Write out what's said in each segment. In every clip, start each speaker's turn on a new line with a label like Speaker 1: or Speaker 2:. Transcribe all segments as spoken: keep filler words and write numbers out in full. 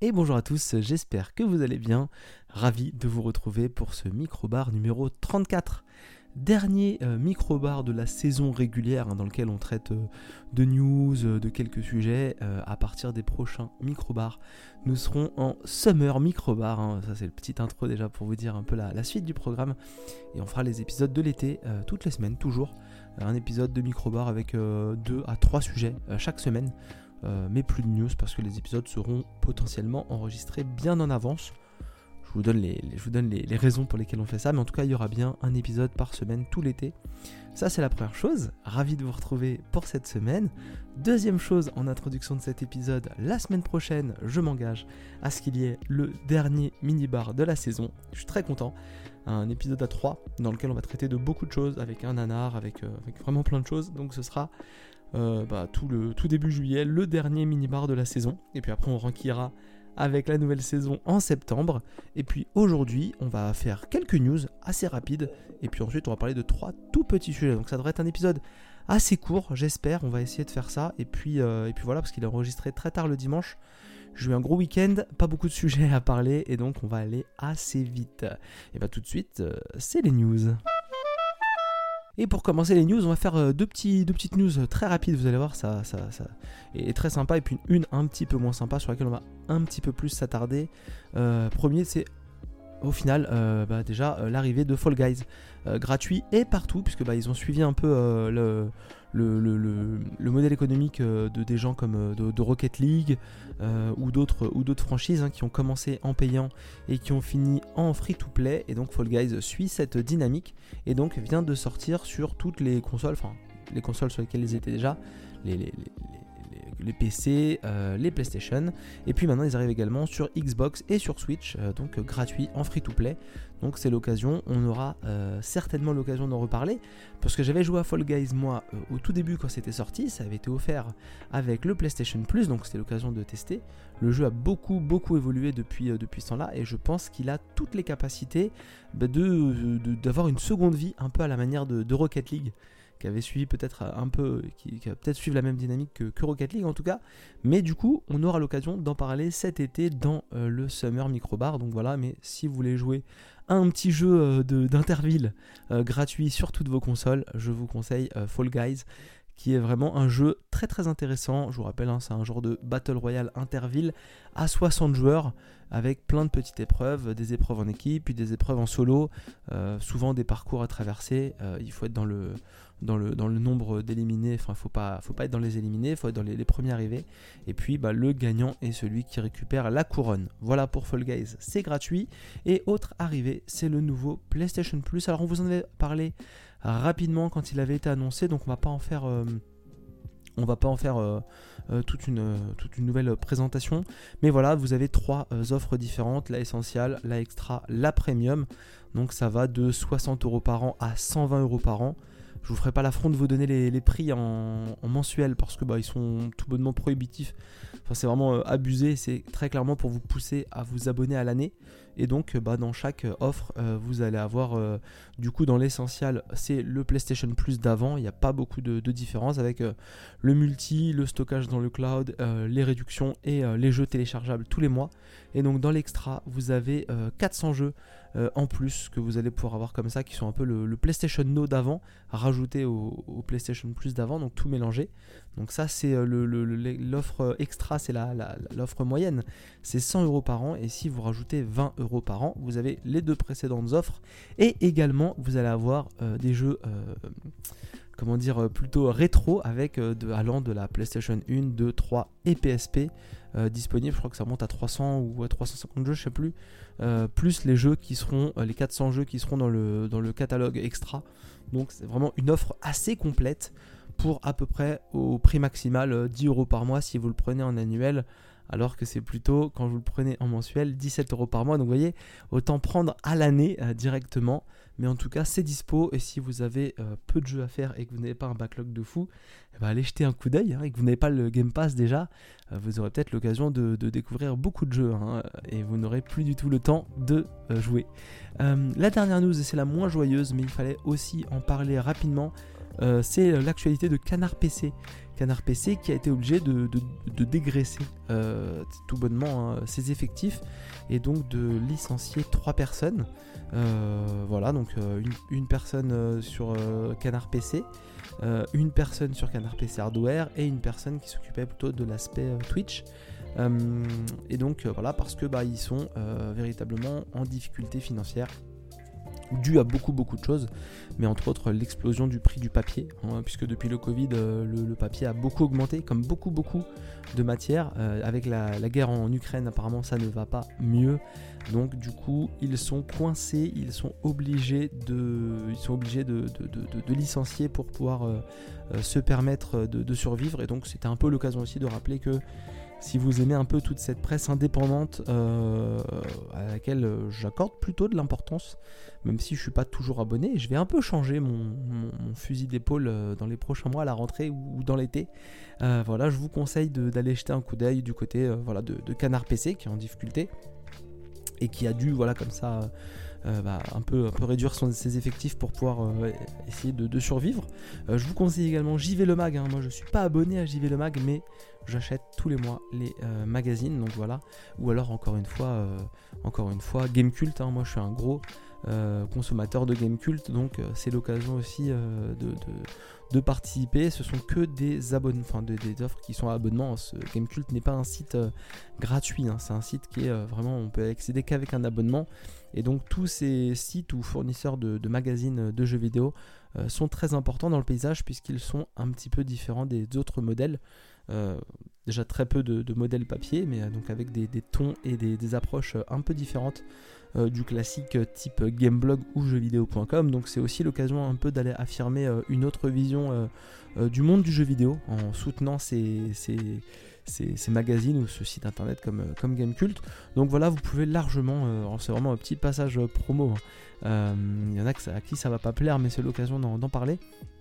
Speaker 1: Et bonjour à tous, j'espère que vous allez bien. Ravi de vous retrouver pour ce microbar numéro trente-quatre. Dernier euh, microbar de la saison régulière hein, dans lequel on traite euh, de news, euh, de quelques sujets. Euh, à partir des prochains microbars, nous serons en summer microbar. Hein. Ça c'est le petit intro déjà pour vous dire un peu la, la suite du programme. Et on fera les épisodes de l'été euh, toutes les semaines, toujours. Un épisode de microbar avec euh, deux à trois sujets euh, chaque semaine. Euh, mais plus de news parce que les épisodes seront potentiellement enregistrés bien en avance. Je vous donne, les, les, je vous donne les, les raisons pour lesquelles on fait ça, mais en tout cas il y aura bien un épisode par semaine tout l'été. Ça c'est la première chose, ravi de vous retrouver pour cette semaine. Deuxième chose en introduction de cet épisode, la semaine prochaine je m'engage à ce qu'il y ait le dernier mini-bar de la saison. Je suis très content, un épisode à trois dans lequel on va traiter de beaucoup de choses avec un nanar, avec, euh, avec vraiment plein de choses, donc ce sera... Euh, bah, tout, le, tout début juillet, le dernier mini-bar de la saison. Et puis après on renquillera avec la nouvelle saison en septembre. Et puis aujourd'hui on va faire quelques news assez rapides. Et puis ensuite on va parler de trois tout petits sujets. Donc ça devrait être un épisode assez court, j'espère. On va essayer de faire ça. Et puis, euh, et puis voilà, parce qu'il est enregistré très tard le dimanche. J'ai eu un gros week-end, pas beaucoup de sujets à parler. Et donc on va aller assez vite. Et bah tout de suite, euh, c'est les news. Et pour commencer les news, on va faire deux, petits, deux petites news très rapides, vous allez voir, ça, ça, ça est très sympa. Et puis une un petit peu moins sympa sur laquelle on va un petit peu plus s'attarder. Euh, premier, c'est au final euh, bah, déjà euh, l'arrivée de Fall Guys, euh, gratuit et partout, puisque bah, ils ont suivi un peu euh, le, le, le, le, le modèle économique euh, de des gens comme euh, de, de Rocket League euh, ou d'autres ou d'autres franchises hein, qui ont commencé en payant et qui ont fini en free-to-play. Et donc Fall Guys suit cette dynamique et donc vient de sortir sur toutes les consoles, enfin les consoles sur lesquelles ils étaient déjà, les, les, les, les, les P C, euh, les PlayStation, et puis maintenant ils arrivent également sur Xbox et sur Switch, euh, donc euh, gratuit en free-to-play. Donc c'est l'occasion, on aura euh, certainement l'occasion d'en reparler, parce que j'avais joué à Fall Guys moi euh, au tout début quand c'était sorti, ça avait été offert avec le PlayStation Plus, donc c'était l'occasion de tester. Le jeu a beaucoup beaucoup évolué depuis, euh, depuis ce temps-là, et je pense qu'il a toutes les capacités bah, de, de, d'avoir une seconde vie, un peu à la manière de, de Rocket League, qui avait suivi peut-être un peu, qui, qui va peut-être suivre la même dynamique que, que Rocket League en tout cas, mais du coup on aura l'occasion d'en parler cet été dans euh, le Summer Microbar. Donc voilà, mais si vous voulez jouer à un petit jeu euh, de, d'Interville euh, gratuit sur toutes vos consoles, je vous conseille euh, Fall Guys, qui est vraiment un jeu très très intéressant. Je vous rappelle, hein, c'est un genre de Battle Royale Interville à soixante joueurs, avec plein de petites épreuves, des épreuves en équipe, puis des épreuves en solo, euh, souvent des parcours à traverser. Euh, il faut être dans le, dans le, dans le nombre d'éliminés, enfin il faut pas, faut pas être dans les éliminés, il faut être dans les, les premiers arrivés. Et puis bah, le gagnant est celui qui récupère la couronne. Voilà pour Fall Guys, c'est gratuit. Et autre arrivée, c'est le nouveau PlayStation Plus. Alors on vous en avait parlé rapidement quand il avait été annoncé, donc on va pas en faire... Euh, On va pas en faire euh, euh, toute, une, euh, toute une nouvelle présentation. Mais voilà, vous avez trois euh, offres différentes. La Essential, la Extra, la Premium. Donc ça va de soixante euros par an à cent vingt euros par an. Je vous ferai pas l'affront de vous donner les, les prix en, en mensuel parce que bah, ils sont tout bonnement prohibitifs. Enfin, c'est vraiment euh, abusé. C'est très clairement pour vous pousser à vous abonner à l'année. Et donc bah, dans chaque offre, euh, vous allez avoir euh, du coup dans l'essentiel, c'est le PlayStation Plus d'avant. Il n'y a pas beaucoup de, de différence avec euh, le multi, le stockage dans le cloud, euh, les réductions et euh, les jeux téléchargeables tous les mois. Et donc dans l'extra, vous avez euh, quatre cents jeux euh, en plus que vous allez pouvoir avoir comme ça, qui sont un peu le, le PlayStation Now d'avant, rajouté au, au PlayStation Plus d'avant, donc tout mélangé. Donc ça c'est euh, le, le, le, l'offre extra, c'est la, la, l'offre moyenne, c'est cent euros par an. Et si vous rajoutez vingt euros par an, vous avez les deux précédentes offres. Et également vous allez avoir euh, des jeux euh, comment dire, plutôt rétro, avec euh, de, allant de la PlayStation un, deux, trois et P S P euh, disponibles. Je crois que ça monte à trois cents ou à trois cent cinquante jeux, je sais plus, euh, plus les jeux qui seront, euh, les quatre cents jeux qui seront dans le, dans le catalogue extra. Donc c'est vraiment une offre assez complète pour à peu près au prix maximal euh, dix euros par mois si vous le prenez en annuel, alors que c'est plutôt, quand vous le prenez en mensuel, dix-sept euros par mois. Donc vous voyez, autant prendre à l'année euh, directement. Mais en tout cas, c'est dispo. Et si vous avez euh, peu de jeux à faire et que vous n'avez pas un backlog de fou, eh ben, allez jeter un coup d'œil. Hein, et que vous n'avez pas le Game Pass déjà, euh, vous aurez peut-être l'occasion de, de découvrir beaucoup de jeux. Hein, et vous n'aurez plus du tout le temps de euh, jouer. Euh, la dernière news, et c'est la moins joyeuse, mais il fallait aussi en parler rapidement. Euh, c'est l'actualité de Canard P C Canard P C qui a été obligé de, de, de dégraisser euh, tout bonnement hein, ses effectifs et donc de licencier trois personnes. Euh, voilà, donc euh, une, une personne euh, sur euh, Canard P C, euh, une personne sur Canard P C Hardware et une personne qui s'occupait plutôt de l'aspect euh, Twitch. Euh, et donc euh, voilà, parce que bah, ils sont euh, véritablement en difficulté financière, dû à beaucoup beaucoup de choses, mais entre autres l'explosion du prix du papier, hein, puisque depuis le Covid, euh, le, le papier a beaucoup augmenté, comme beaucoup beaucoup de matières. Euh, avec la, la guerre en Ukraine, apparemment ça ne va pas mieux, donc du coup ils sont coincés, ils sont obligés de, ils sont obligés de, de, de, de, de licencier pour pouvoir euh, euh, se permettre de, de survivre. Et donc c'était un peu l'occasion aussi de rappeler que si vous aimez un peu toute cette presse indépendante euh, à laquelle j'accorde plutôt de l'importance, même si je ne suis pas toujours abonné, je vais un peu changer mon, mon, mon fusil d'épaule dans les prochains mois à la rentrée ou, ou dans l'été. Euh, voilà, je vous conseille de, d'aller jeter un coup d'œil du côté euh, voilà, de, de Canard P C qui est en difficulté et qui a dû voilà, comme ça euh, bah, un, peu, un peu réduire son, ses effectifs pour pouvoir euh, essayer de, de survivre. Euh, je vous conseille également J V Le Mag. Hein. Moi je ne suis pas abonné à J V Le Mag, mais j'achète tous les mois les euh, magazines, donc voilà. Ou alors encore une fois, euh, encore une fois, Gamecult. Hein, moi, je suis un gros euh, consommateur de Gamecult, donc euh, c'est l'occasion aussi euh, de, de, de participer. Ce sont que des abonnements, enfin de, des offres qui sont à abonnement. Ce Gamecult n'est pas un site euh, gratuit, hein, c'est un site qui est euh, vraiment, on peut accéder qu'avec un abonnement. Et donc tous ces sites ou fournisseurs de, de magazines de jeux vidéo euh, sont très importants dans le paysage puisqu'ils sont un petit peu différents des autres modèles. Euh, déjà très peu de, de modèles papier, mais euh, donc avec des, des tons et des, des approches un peu différentes euh, du classique type Gameblog ou jeuxvideo point com. Donc c'est aussi l'occasion un peu d'aller affirmer euh, une autre vision euh, euh, du monde du jeu vidéo en soutenant ces, ces, ces, ces magazines ou ce site internet comme, euh, comme Gamecult. Donc voilà, vous pouvez largement, euh, c'est vraiment un petit passage euh, promo, hein. Euh, il y en a que ça, à qui ça va pas plaire, mais c'est l'occasion d'en, d'en parler.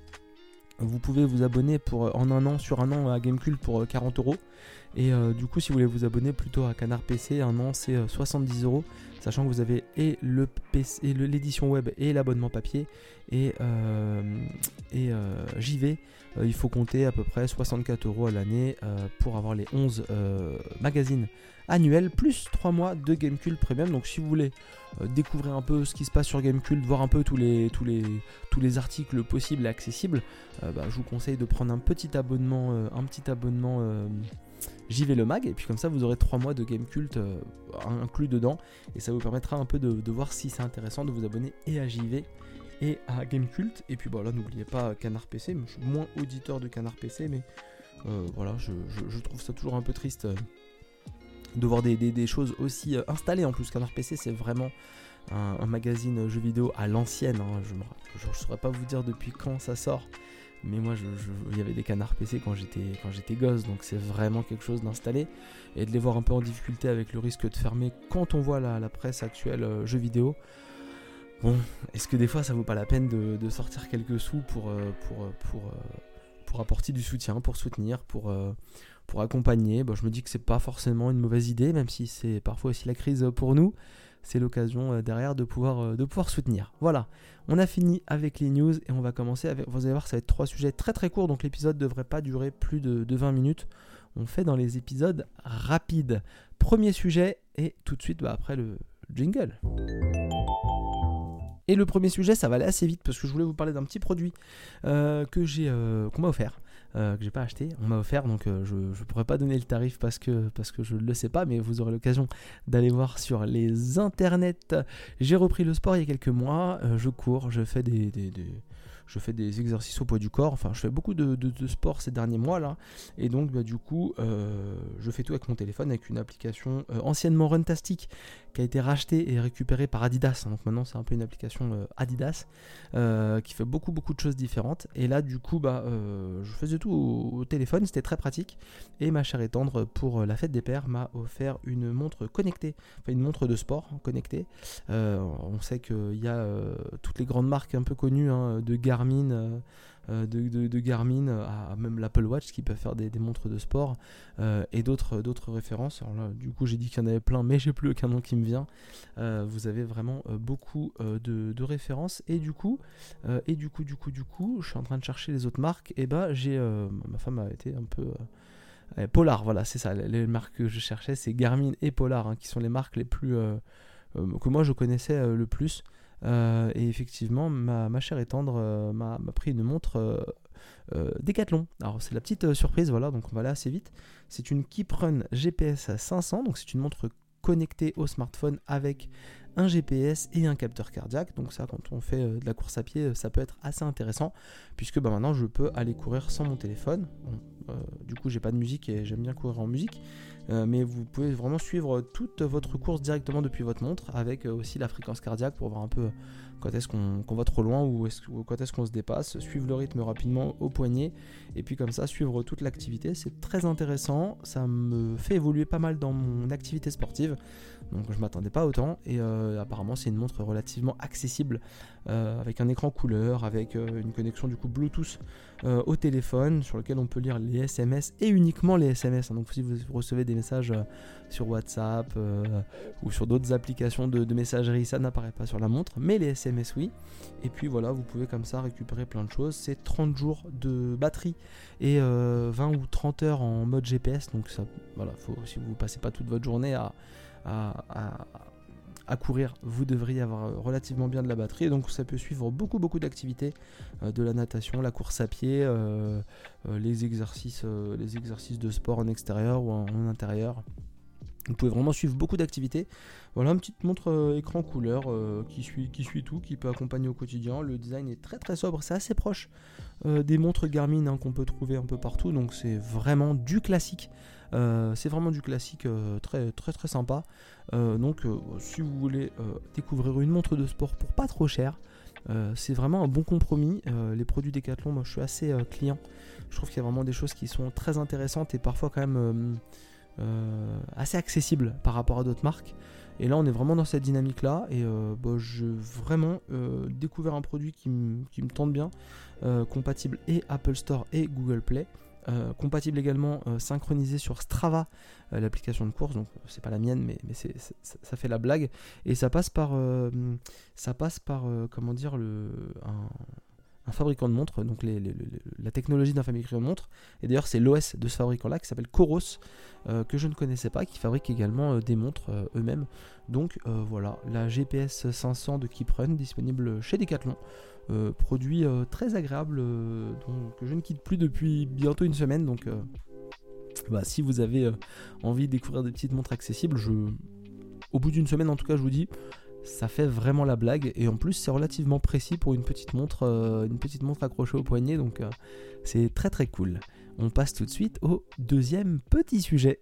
Speaker 1: Vous pouvez vous abonner pour, en un an, sur un an à Gamecult pour quarante euros. Et euh, du coup, si vous voulez vous abonner plutôt à Canard P C, un an c'est euh, soixante-dix euros. Sachant que vous avez et, le P C, et le, l'édition web et l'abonnement papier. Et, euh, et euh, J V, euh, il faut compter à peu près soixante-quatre euros à l'année euh, pour avoir les onze euh, magazines annuels, plus trois mois de Gamecult Premium. Donc si vous voulez euh, découvrir un peu ce qui se passe sur Gamecult, voir un peu tous les, tous les, tous les articles possibles et accessibles, euh, bah, je vous conseille de prendre un petit abonnement, euh, un petit abonnement euh, J V Le Mag, et puis comme ça vous aurez trois mois de Gamecult euh, inclus dedans, et ça vous permettra un peu de, de voir si c'est intéressant de vous abonner et à J V et à Gamecult. Et puis bon, là n'oubliez pas Canard P C, je suis moins auditeur de Canard P C, mais euh, voilà, je, je, je trouve ça toujours un peu triste euh, de voir des, des, des choses aussi euh, installées. En plus, Canard P C c'est vraiment un, un magazine jeux vidéo à l'ancienne, hein. Je ne saurais pas vous dire depuis quand ça sort, mais moi je, je, il y avait des Canards P C quand j'étais, quand j'étais gosse, donc c'est vraiment quelque chose d'installé, et de les voir un peu en difficulté avec le risque de fermer quand on voit la, la presse actuelle euh, jeux vidéo. Bon, est-ce que des fois ça vaut pas la peine de, de sortir quelques sous pour, euh, pour, pour, pour, pour apporter du soutien, pour soutenir, pour, euh, pour accompagner? Bon, je me dis que c'est pas forcément une mauvaise idée, même si c'est parfois aussi la crise pour nous. C'est l'occasion euh, derrière de pouvoir, euh, de pouvoir soutenir. Voilà, on a fini avec les news et on va commencer avec, vous allez voir, ça va être trois sujets très très courts, donc l'épisode ne devrait pas durer plus de, de vingt minutes. On fait dans les épisodes rapides. Premier sujet, et tout de suite bah, après le jingle. Et le premier sujet, ça va aller assez vite parce que je voulais vous parler d'un petit produit euh, que j'ai, euh, qu'on m'a offert, euh, que j'ai pas acheté, on m'a offert, donc euh, je ne pourrais pas donner le tarif parce que, parce que je ne le sais pas, mais vous aurez l'occasion d'aller voir sur les internets. J'ai repris le sport il y a quelques mois, euh, je cours, je fais des... des, des... Je fais des exercices au poids du corps, enfin je fais beaucoup de, de, de sport ces derniers mois là, et donc bah, du coup euh, je fais tout avec mon téléphone, avec une application euh, anciennement Runtastic qui a été rachetée et récupérée par Adidas, donc maintenant c'est un peu une application euh, Adidas euh, qui fait beaucoup beaucoup de choses différentes, et là du coup bah, euh, je faisais tout au, au téléphone, c'était très pratique, et ma chère et tendre pour la fête des pères m'a offert une montre connectée, enfin une montre de sport connectée. Euh, on sait qu'il y a euh, toutes les grandes marques un peu connues hein, de Garmin, euh, euh, de, de, de Garmin à, à même l'Apple Watch qui peut faire des, des montres de sport euh, et d'autres, d'autres références. Alors là, du coup, j'ai dit qu'il y en avait plein, mais j'ai plus aucun nom qui me vient. Euh, vous avez vraiment euh, beaucoup euh, de, de références et du coup, euh, et du coup, du coup, du coup, je suis en train de chercher les autres marques. Et bah, j'ai, euh, ma femme a été un peu euh, Polar, voilà, c'est ça. Les, les marques que je cherchais, c'est Garmin et Polar, hein, qui sont les marques les plus euh, euh, que moi je connaissais euh, le plus. Euh, et effectivement, ma, ma chère et tendre euh, m'a, m'a pris une montre euh, euh, Decathlon. Alors c'est la petite euh, surprise, voilà, donc on va aller assez vite. C'est une Keeprun G P S cinq cents, donc c'est une montre connectée au smartphone avec un G P S et un capteur cardiaque. Donc ça, quand on fait euh, de la course à pied, ça peut être assez intéressant, puisque bah, maintenant je peux aller courir sans mon téléphone. Bon, euh, du coup, j'ai pas de musique et j'aime bien courir en musique. Euh, mais vous pouvez vraiment suivre toute votre course directement depuis votre montre, avec euh, aussi la fréquence cardiaque pour voir un peu quand est-ce qu'on, qu'on va trop loin ou, est-ce, ou quand est-ce qu'on se dépasse, suivre le rythme rapidement au poignet et puis comme ça suivre toute l'activité. C'est très intéressant, ça me fait évoluer pas mal dans mon activité sportive, donc je m'attendais pas autant et euh, apparemment c'est une montre relativement accessible euh, avec un écran couleur, avec euh, une connexion du coup Bluetooth euh, au téléphone sur lequel on peut lire les S M S et uniquement les S M S, hein. Donc si vous recevez des messages euh, sur WhatsApp euh, ou sur d'autres applications de, de messagerie, ça n'apparaît pas sur la montre, mais les S M S oui. Et puis voilà, vous pouvez comme ça récupérer plein de choses. C'est trente jours de batterie et euh, vingt ou trente heures en mode G P S, donc ça, voilà, faut, si vous passez pas toute votre journée à, à, à à courir, vous devriez avoir relativement bien de la batterie, et donc ça peut suivre beaucoup beaucoup d'activités, euh, de la natation, la course à pied, euh, euh, les exercices euh, les exercices de sport en extérieur ou en, en intérieur. Vous pouvez vraiment suivre beaucoup d'activités. Voilà, une petite montre euh, écran couleur euh, qui suit, qui suit tout, qui peut accompagner au quotidien. Le design est très très sobre, c'est assez proche euh, des montres Garmin hein, qu'on peut trouver un peu partout, donc c'est vraiment du classique. Euh, c'est vraiment du classique euh, très très très sympa. Euh, donc euh, si vous voulez euh, découvrir une montre de sport pour pas trop cher, euh, c'est vraiment un bon compromis. Euh, les produits Decathlon, moi je suis assez euh, client. Je trouve qu'il y a vraiment des choses qui sont très intéressantes et parfois quand même euh, euh, assez accessibles par rapport à d'autres marques. Et là on est vraiment dans cette dynamique là et euh, bah, j'ai vraiment euh, découvert un produit qui me tente bien, euh, compatible et Apple Store et Google Play. Euh, compatible également euh, synchronisé sur Strava, euh, l'application de course, donc c'est pas la mienne mais, mais c'est, c'est, ça fait la blague et ça passe par euh, ça passe par euh, comment dire le un, un fabricant de montres, donc les, les, les, la technologie d'un fabricant de montres, et d'ailleurs c'est l'O S de ce fabricant là qui s'appelle Coros, euh, que je ne connaissais pas, qui fabrique également euh, des montres euh, eux-mêmes. Donc euh, voilà, la G P S cinq cents de Keeprun disponible chez Decathlon. Euh, produit euh, très agréable euh, donc, que je ne quitte plus depuis bientôt une semaine, donc euh, bah, si vous avez euh, envie de découvrir des petites montres accessibles, je... au bout d'une semaine en tout cas je vous dis, ça fait vraiment la blague et en plus c'est relativement précis pour une petite montre, euh, une petite montre accrochée au poignet, donc euh, c'est très très cool. On passe tout de suite au deuxième petit sujet.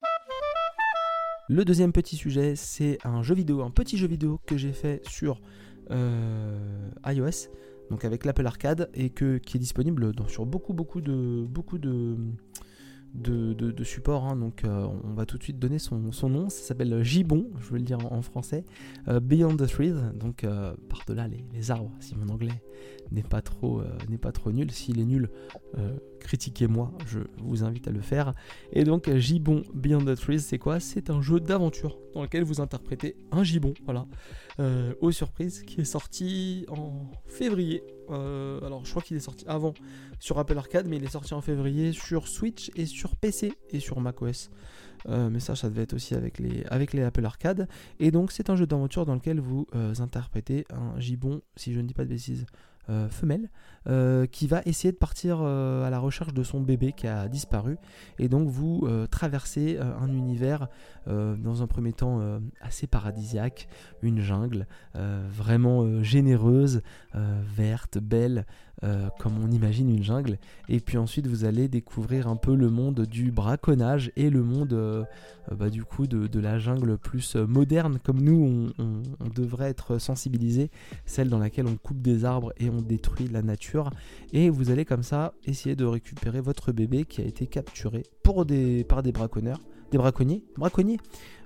Speaker 1: Le deuxième petit sujet, c'est un jeu vidéo, un petit jeu vidéo que j'ai fait sur euh, iOS, donc avec l'Apple Arcade, et que, qui est disponible dans, sur beaucoup beaucoup de beaucoup de, de, de, de supports, hein. Donc euh, on va tout de suite donner son, son nom. Ça s'appelle Gibbon, je vais le dire en, en français, euh, Beyond the Trees, donc euh, par-delà les, les arbres, si mon anglais n'est pas trop, euh, n'est pas trop nul. S'il est nul, euh, critiquez-moi, je vous invite à le faire. Et donc Gibbon Beyond the Trees, c'est quoi? C'est un jeu d'aventure dans lequel vous interprétez un gibbon, voilà, euh, aux surprises, qui est sorti en février. Euh, alors je crois qu'il est sorti avant sur Apple Arcade, mais il est sorti en février sur Switch et sur P C et sur macOS. Euh, mais ça, ça devait être aussi avec les, avec les Apple Arcade. Et donc c'est un jeu d'aventure dans lequel vous euh, interprétez un gibbon, si je ne dis pas de bêtises, Euh, femelle, euh, qui va essayer de partir euh, à la recherche de son bébé qui a disparu, et donc vous euh, traversez euh, un univers euh, dans un premier temps euh, assez paradisiaque, une jungle euh, vraiment euh, généreuse, euh, verte, belle, euh, comme on imagine une jungle, et puis ensuite vous allez découvrir un peu le monde du braconnage et le monde euh, euh, bah, du coup de, de la jungle plus euh, moderne, comme nous on, on, on devrait être sensibilisé, celle dans laquelle on coupe des arbres et on détruit la nature, et vous allez comme ça essayer de récupérer votre bébé qui a été capturé pour des, par des braconneurs, des braconniers, braconniers,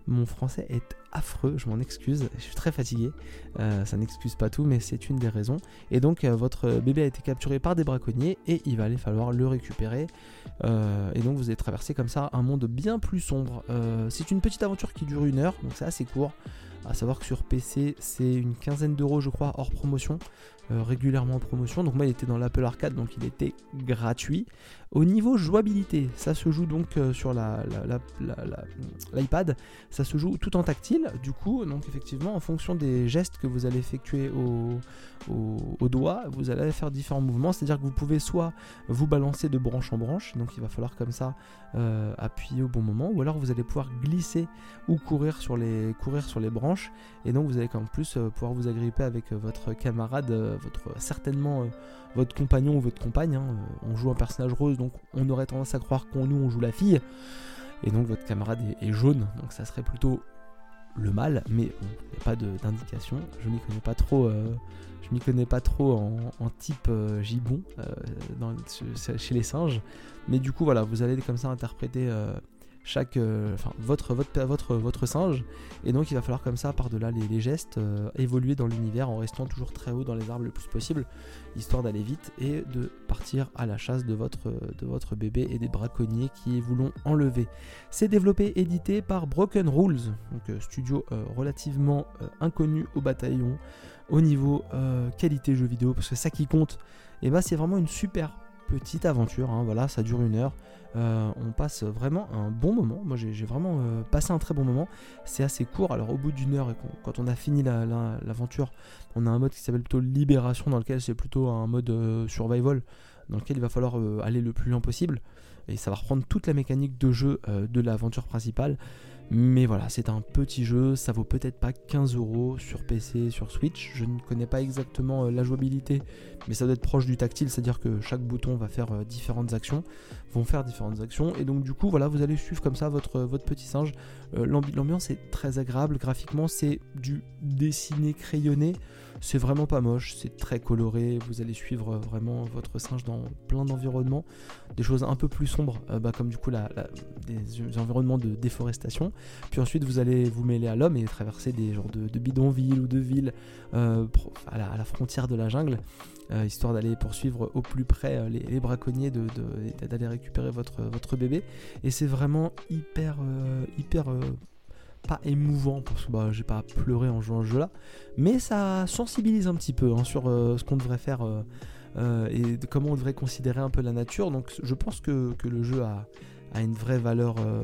Speaker 1: Mon français est affreux, je m'en excuse, je suis très fatigué, euh, ça n'excuse pas tout, mais c'est une des raisons. Et donc euh, votre bébé a été capturé par des braconniers et il va aller falloir le récupérer. Euh, et donc vous allez traverser comme ça un monde bien plus sombre. Euh, c'est une petite aventure qui dure une heure, donc c'est assez court. À savoir que sur P C, c'est une quinzaine d'euros, je crois, hors promotion, euh, régulièrement en promotion. Donc moi, il était dans l'Apple Arcade, donc il était gratuit. Au niveau jouabilité, ça se joue donc euh, sur la, la, la, la, la, l'iPad, ça se joue tout en tactile. Du coup, donc effectivement, en fonction des gestes que vous allez effectuer au, au, au doigt, vous allez faire différents mouvements. C'est-à-dire que vous pouvez soit vous balancer de branche en branche, donc il va falloir comme ça euh, appuyer au bon moment, ou alors vous allez pouvoir glisser ou courir sur les, courir sur les branches. Et donc vous allez en plus euh, pouvoir vous agripper avec euh, votre camarade, euh, votre certainement euh, votre compagnon ou votre compagne. Hein. On joue un personnage rose, donc on aurait tendance à croire qu'on nous on joue la fille. Et donc votre camarade est, est jaune, donc ça serait plutôt le mâle, mais bon, il n'y a pas de, d'indication. Je m'y connais pas trop. Euh, je m'y connais pas trop en, en type euh, gibbon euh, dans, chez les singes. Mais du coup voilà, vous allez comme ça interpréter. Euh, chaque, euh, enfin, votre, votre, votre, votre singe, et donc il va falloir comme ça, par-delà les, les gestes, euh, évoluer dans l'univers en restant toujours très haut dans les arbres le plus possible, histoire d'aller vite et de partir à la chasse de votre, de votre bébé et des braconniers qui vous l'ont enlevé. C'est développé et édité par Broken Rules, donc euh, studio euh, relativement euh, inconnu au bataillon, au niveau euh, qualité jeu vidéo, parce que ça qui compte, et bah, c'est vraiment une super petite aventure, hein, voilà, ça dure une heure. Euh, on passe vraiment un bon moment. Moi j'ai, j'ai vraiment euh, passé un très bon moment. C'est assez court, alors au bout d'une heure, et quand on a fini la, la, l'aventure, on a un mode qui s'appelle plutôt Libération, dans lequel c'est plutôt un mode euh, survival, dans lequel il va falloir euh, aller le plus loin possible, et ça va reprendre toute la mécanique de jeu euh, de l'aventure principale. Mais voilà, c'est un petit jeu, ça vaut peut-être pas quinze euros sur P C, sur Switch. Je ne connais pas exactement euh, la jouabilité, mais ça doit être proche du tactile, c'est-à-dire que chaque bouton va faire euh, différentes actions, vont faire différentes actions, et donc du coup, voilà, vous allez suivre comme ça votre, votre petit singe. Euh, l'ambi- l'ambiance est très agréable, graphiquement, c'est du dessiné crayonné, c'est vraiment pas moche, c'est très coloré, vous allez suivre euh, vraiment votre singe dans plein d'environnements, des choses un peu plus sombres, euh, bah, comme du coup la, la, des, des environnements de déforestation. Puis ensuite vous allez vous mêler à l'homme et traverser des genres de, de bidonvilles ou de villes euh, à, la, à la frontière de la jungle, euh, histoire d'aller poursuivre au plus près euh, les, les braconniers, de, de, d'aller récupérer votre, votre bébé. Et c'est vraiment hyper, euh, hyper euh, pas émouvant, parce que bah, j'ai pas pleuré en jouant à ce jeu là, mais ça sensibilise un petit peu hein, sur euh, ce qu'on devrait faire euh, euh, et de comment on devrait considérer un peu la nature. Donc je pense que, que le jeu a, a une vraie valeur euh,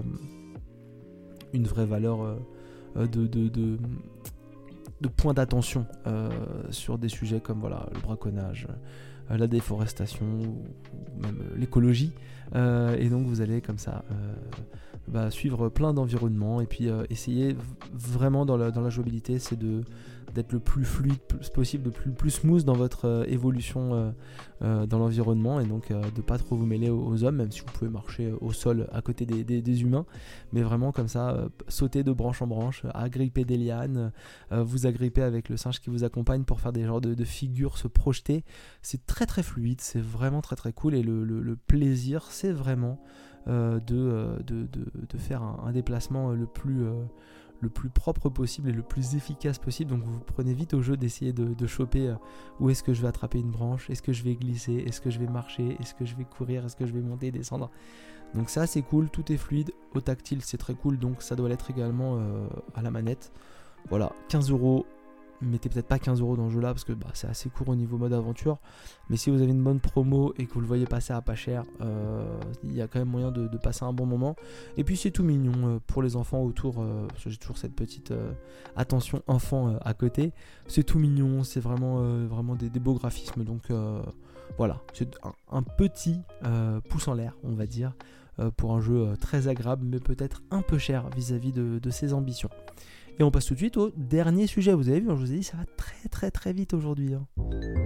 Speaker 1: une vraie valeur euh, de, de, de, de point d'attention euh, sur des sujets comme voilà, le braconnage, euh, la déforestation ou, ou même euh, l'écologie. Euh, et donc vous allez comme ça euh, bah, suivre plein d'environnements et puis euh, essayer v- vraiment dans la, dans la jouabilité, c'est de d'être le plus fluide possible, le plus, plus smooth dans votre euh, évolution euh, euh, dans l'environnement, et donc euh, de pas trop vous mêler aux, aux hommes, même si vous pouvez marcher au sol à côté des, des, des humains, mais vraiment comme ça, euh, sauter de branche en branche, agripper des lianes, euh, vous agripper avec le singe qui vous accompagne pour faire des genres de, de figures, se projeter. C'est très très fluide, c'est vraiment très très cool, et le, le, le plaisir, c'est vraiment euh, de, euh, de, de, de faire un, un déplacement le plus... Euh, le plus propre possible et le plus efficace possible. Donc vous prenez vite au jeu d'essayer de, de choper euh, où est-ce que je vais attraper une branche, est-ce que je vais glisser, est-ce que je vais marcher, est-ce que je vais courir, est-ce que je vais monter et descendre. Donc ça c'est cool, tout est fluide, au tactile c'est très cool, donc ça doit l'être également euh, à la manette. Voilà, quinze euros. Mettez peut-être pas quinze euros dans ce jeu là parce que bah, c'est assez court au niveau mode aventure, mais si vous avez une bonne promo et que vous le voyez passer à pas cher, euh, il y a quand même moyen de, de passer un bon moment. Et puis c'est tout mignon euh, pour les enfants autour, euh, parce que j'ai toujours cette petite euh, attention enfant euh, à côté. C'est tout mignon, c'est vraiment, euh, vraiment des, des beaux graphismes, donc euh, voilà, c'est un, un petit euh, pouce en l'air on va dire euh, pour un jeu euh, très agréable mais peut-être un peu cher vis-à-vis de, de ses ambitions. Et on passe tout de suite au dernier sujet. Vous avez vu, je vous ai dit, ça va très très très vite aujourd'hui. Hein.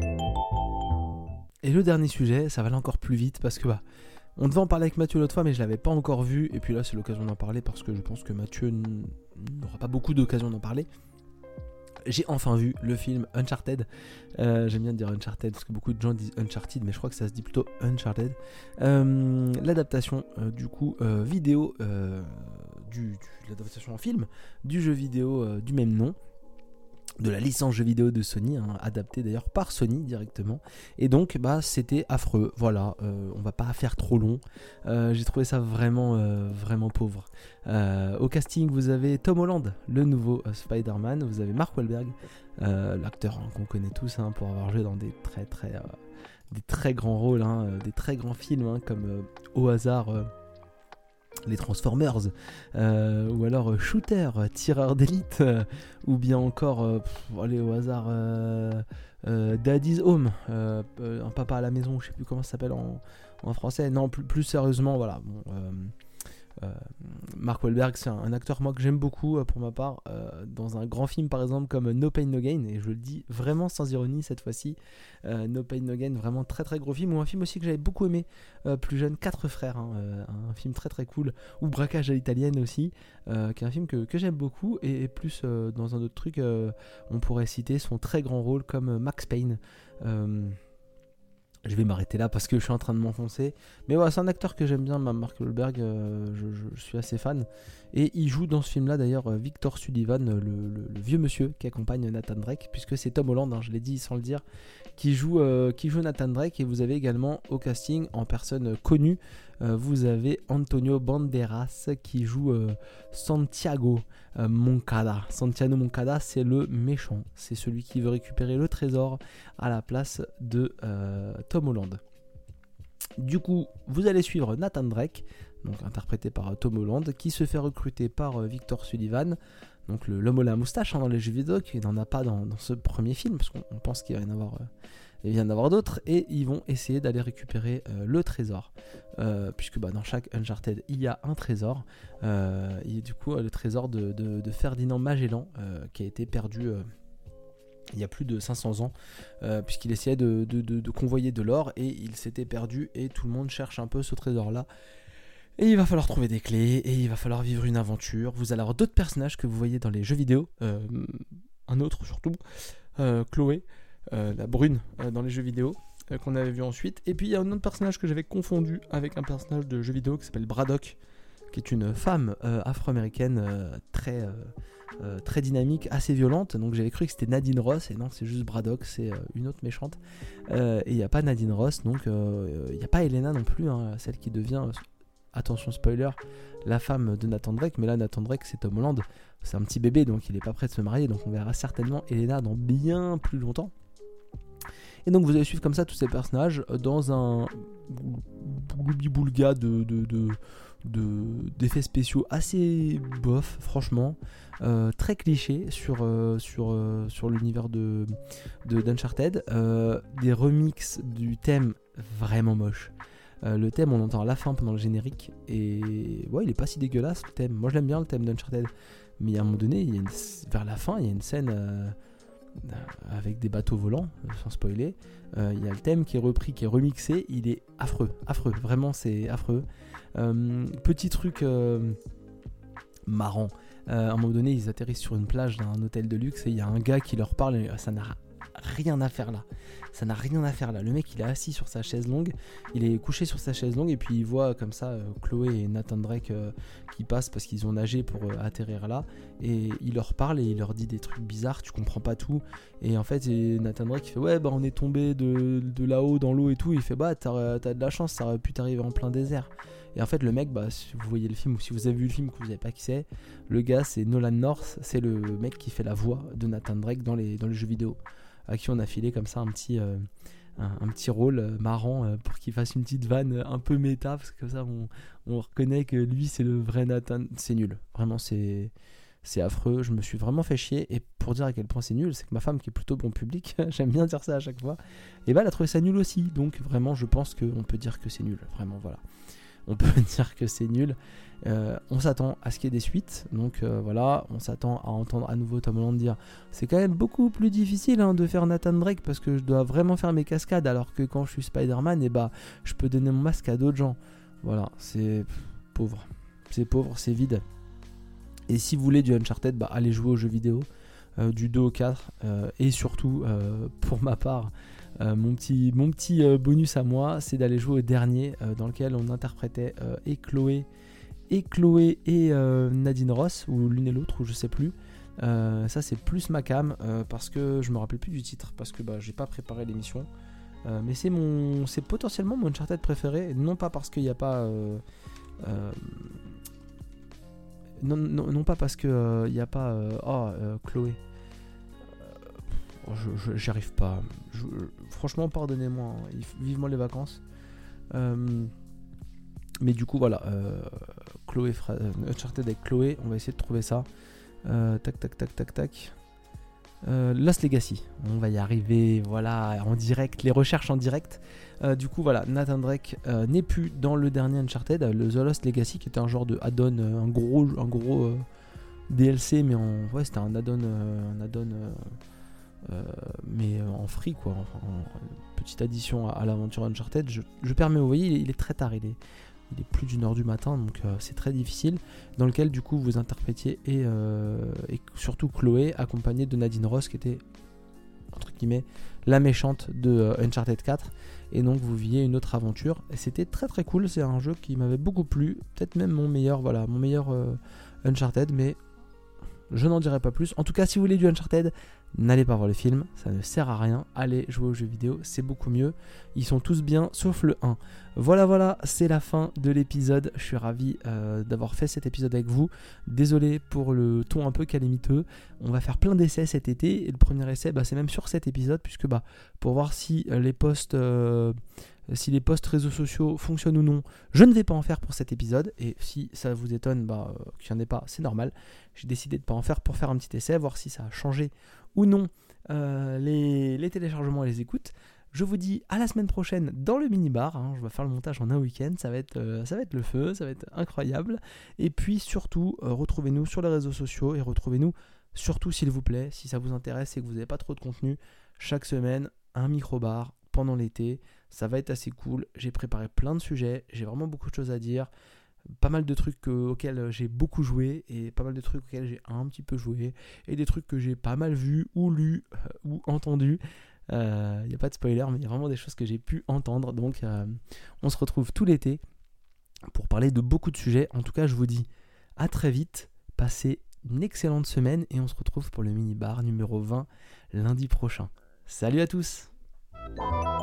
Speaker 1: Et le dernier sujet, ça va aller encore plus vite parce que bah, on devait en parler avec Mathieu l'autre fois, mais je l'avais pas encore vu. Et puis là, c'est l'occasion d'en parler parce que je pense que Mathieu n- n'aura pas beaucoup d'occasion d'en parler. J'ai enfin vu le film Uncharted. Euh, j'aime bien dire Uncharted parce que beaucoup de gens disent Uncharted, mais je crois que ça se dit plutôt Uncharted. Euh, l'adaptation euh, du coup euh, vidéo, euh, du, du, l'adaptation en film du jeu vidéo euh, du même nom, de la licence jeu vidéo de Sony, hein, adaptée d'ailleurs par Sony directement. Et donc bah c'était affreux. Voilà, euh, on va pas faire trop long. Euh, j'ai trouvé ça vraiment euh, vraiment pauvre. Euh, au casting, vous avez Tom Holland, le nouveau euh, Spider-Man. Vous avez Mark Wahlberg, euh, l'acteur hein, qu'on connaît tous hein, pour avoir joué dans des très très euh, des très grands rôles, hein, euh, des très grands films hein, comme euh, au hasard. Euh, les Transformers, euh, ou alors euh, Shooter, euh, tireur d'élite, euh, ou bien encore, euh, pff, allez au hasard, euh, euh, Daddy's Home, euh, euh, un papa à la maison, je sais plus comment ça s'appelle en, en français. Non, plus, plus sérieusement, voilà. Bon, euh, euh, Mark Wahlberg, c'est un, un acteur moi que j'aime beaucoup euh, pour ma part, euh, dans un grand film par exemple comme No Pain No Gain, et je le dis vraiment sans ironie cette fois-ci. euh, No Pain No Gain, vraiment très très gros film, ou un film aussi que j'avais beaucoup aimé euh, plus jeune, Quatre frères, hein, euh, un film très très cool, ou Braquage à l'italienne aussi, euh, qui est un film que, que j'aime beaucoup, et, et plus euh, dans un autre truc, euh, on pourrait citer son très grand rôle comme euh, Max Payne. euh, Je vais m'arrêter là parce que je suis en train de m'enfoncer. Mais voilà, c'est un acteur que j'aime bien, Mark Wahlberg, euh, je, je, je suis assez fan. Et il joue dans ce film-là d'ailleurs Victor Sullivan, le, le, le vieux monsieur qui accompagne Nathan Drake, puisque c'est Tom Holland, hein, je l'ai dit sans le dire, qui joue, euh, qui joue Nathan Drake. Et vous avez également au casting, en personne connue, euh, vous avez Antonio Banderas qui joue euh, Santiago euh, Moncada. Santiago Moncada, c'est le méchant, c'est celui qui veut récupérer le trésor à la place de euh, Tom Holland. Du coup, vous allez suivre Nathan Drake, donc interprété par euh, Tom Holland, qui se fait recruter par euh, Victor Sullivan, donc le, l'homme à la moustache hein, dans les jeux vidéo, qui n'en a pas dans, dans ce premier film, parce qu'on pense qu'il va y en avoir, euh, il vient d'avoir d'autres, et ils vont essayer d'aller récupérer euh, le trésor, euh, puisque bah, dans chaque Uncharted, il y a un trésor, euh, et du coup, le trésor de, de, de Ferdinand Magellan, euh, qui a été perdu... Euh, il y a plus de cinq cents ans, euh, puisqu'il essayait de, de, de, de convoyer de l'or et il s'était perdu, et tout le monde cherche un peu ce trésor là, et il va falloir trouver des clés et il va falloir vivre une aventure. Vous allez avoir d'autres personnages que vous voyez dans les jeux vidéo, euh, un autre surtout, euh, Chloé, euh, la brune euh, dans les jeux vidéo, euh, qu'on avait vu ensuite, et puis il y a un autre personnage que j'avais confondu avec un personnage de jeu vidéo qui s'appelle Braddock, qui est une femme euh, afro-américaine euh, très, euh, euh, très dynamique, assez violente. Donc j'avais cru que c'était Nadine Ross, et non, c'est juste Braddock, c'est euh, une autre méchante. Euh, et il n'y a pas Nadine Ross, donc il euh, n'y a pas Elena non plus, hein, celle qui devient, euh, attention spoiler, la femme de Nathan Drake. Mais là, Nathan Drake, c'est Tom Holland, c'est un petit bébé, donc il n'est pas prêt de se marier, donc on verra certainement Elena dans bien plus longtemps. Et donc vous allez suivre comme ça tous ces personnages dans un boulga de... de, de De, d'effets spéciaux assez bof franchement, euh, très cliché sur, euh, sur, euh, sur l'univers de, de, d'Uncharted, euh, des remixes du thème vraiment moche. Euh, le thème on l'entend à la fin pendant le générique, et ouais, il est pas si dégueulasse le thème, moi je l'aime bien le thème d'Uncharted, mais à un moment donné il y a une, vers la fin il y a une scène euh, avec des bateaux volants, sans spoiler, euh, il y a le thème qui est repris, qui est remixé, il est affreux, affreux, vraiment c'est affreux. Euh, petit truc euh, marrant, euh, à un moment donné ils atterrissent sur une plage d'un hôtel de luxe et il y a un gars qui leur parle, et ça n'a rien à faire là, ça n'a rien à faire là, le mec il est assis sur sa chaise longue, il est couché sur sa chaise longue, et puis il voit comme ça euh, Chloé et Nathan Drake euh, qui passent parce qu'ils ont nagé pour euh, atterrir là, et il leur parle et il leur dit des trucs bizarres, tu comprends pas tout, et en fait et Nathan Drake il fait ouais bah on est tombé de, de là-haut dans l'eau et tout, il fait bah t'as, t'as de la chance, ça aurait pu t'arriver en plein désert. Et en fait le mec, bah, si vous voyez le film ou si vous avez vu le film que vous savez pas qui c'est, le gars c'est Nolan North, c'est le mec qui fait la voix de Nathan Drake dans les, dans les jeux vidéo, à qui on a filé comme ça un petit, euh, un, un petit rôle euh, marrant euh, pour qu'il fasse une petite vanne un peu méta, parce que comme ça on, on reconnaît que lui c'est le vrai Nathan. C'est nul, vraiment c'est, c'est affreux, je me suis vraiment fait chier, et pour dire à quel point c'est nul, c'est que ma femme qui est plutôt bon public, j'aime bien dire ça à chaque fois, et bah elle a trouvé ça nul aussi, donc vraiment je pense qu'on peut dire que c'est nul, vraiment voilà. On peut dire que c'est nul. Euh, on s'attend à ce qu'il y ait des suites. Donc euh, voilà, on s'attend à entendre à nouveau Tom Holland dire c'est quand même beaucoup plus difficile hein, de faire Nathan Drake parce que je dois vraiment faire mes cascades, alors que quand je suis Spider-Man, et bah, je peux donner mon masque à d'autres gens. Voilà, c'est pff, pauvre. C'est pauvre, c'est vide. Et si vous voulez du Uncharted, bah, allez jouer aux jeux vidéo. euh, du deux au quatre, euh, et surtout, euh, pour ma part, euh, mon petit, mon petit euh, bonus à moi, c'est d'aller jouer au dernier, euh, dans lequel on interprétait euh, et Chloé et Chloé et euh, Nadine Ross, ou l'une et l'autre, ou je sais plus. Euh, ça c'est plus ma cam, euh, parce que je me rappelle plus du titre, parce que bah, j'ai pas préparé l'émission. Euh, mais c'est mon, c'est potentiellement mon Uncharted préféré, non pas parce qu'il n'y a pas, euh, euh, non, non, non pas parce que il euh, y a pas, euh, oh euh, Chloé, euh, je, je, j'y arrive pas. Je, franchement, pardonnez-moi, hein, vivement les vacances. Euh, mais du coup voilà, euh, Chloé, euh, Uncharted avec Chloé, on va essayer de trouver ça. Euh, tac tac tac tac tac. Euh, Lost Legacy, on va y arriver, voilà, en direct, les recherches en direct. Euh, du coup, voilà, Nathan Drake euh, n'est plus dans le dernier Uncharted, le The Lost Legacy, qui était un genre de add-on, euh, un gros, un gros euh, D L C, mais en, ouais, c'était un add-on, euh, un add-on, euh, euh, mais en free, quoi, en, en petite addition à, à l'aventure Uncharted. Je, je permets, vous voyez, il est, il est très tard, il est. Il est plus d'une heure du matin, donc euh, c'est très difficile. Dans lequel, du coup, vous interprétiez et, euh, et surtout Chloé, accompagnée de Nadine Ross, qui était, entre guillemets, la méchante de euh, Uncharted quatre. Et donc, vous viviez une autre aventure. Et c'était très très cool. C'est un jeu qui m'avait beaucoup plu. Peut-être même mon meilleur, voilà, mon meilleur euh, Uncharted, mais je n'en dirai pas plus. En tout cas, si vous voulez du Uncharted, n'allez pas voir le film, ça ne sert à rien. Allez jouer aux jeux vidéo, c'est beaucoup mieux. Ils sont tous bien, sauf le un. Voilà, voilà, c'est la fin de l'épisode. Je suis ravi euh, d'avoir fait cet épisode avec vous. Désolé pour le ton un peu calamiteux. On va faire plein d'essais cet été. Et le premier essai, bah, c'est même sur cet épisode, puisque bah, pour voir si euh, les posts... Euh, si les posts réseaux sociaux fonctionnent ou non, je ne vais pas en faire pour cet épisode. Et si ça vous étonne, bah, euh, qu'il n'y en ait pas, c'est normal. J'ai décidé de ne pas en faire pour faire un petit essai, voir si ça a changé ou non euh, les, les téléchargements et les écoutes. Je vous dis à la semaine prochaine dans le mini-bar. Hein, je vais faire le montage en un week-end. Ça va être, euh, ça va être le feu, ça va être incroyable. Et puis surtout, euh, retrouvez-nous sur les réseaux sociaux et retrouvez-nous surtout, s'il vous plaît, si ça vous intéresse et que vous n'avez pas trop de contenu, chaque semaine, un micro-bar pendant l'été. Ça va être assez cool. J'ai préparé plein de sujets. J'ai vraiment beaucoup de choses à dire. Pas mal de trucs euh, auxquels j'ai beaucoup joué et pas mal de trucs auxquels j'ai un petit peu joué et des trucs que j'ai pas mal vus ou lus euh, ou entendus. Il euh, n'y a pas de spoiler, mais il y a vraiment des choses que j'ai pu entendre. Donc euh, on se retrouve tout l'été pour parler de beaucoup de sujets. En tout cas, je vous dis à très vite. Passez une excellente semaine et on se retrouve pour le mini-bar numéro vingt lundi prochain. Salut à tous!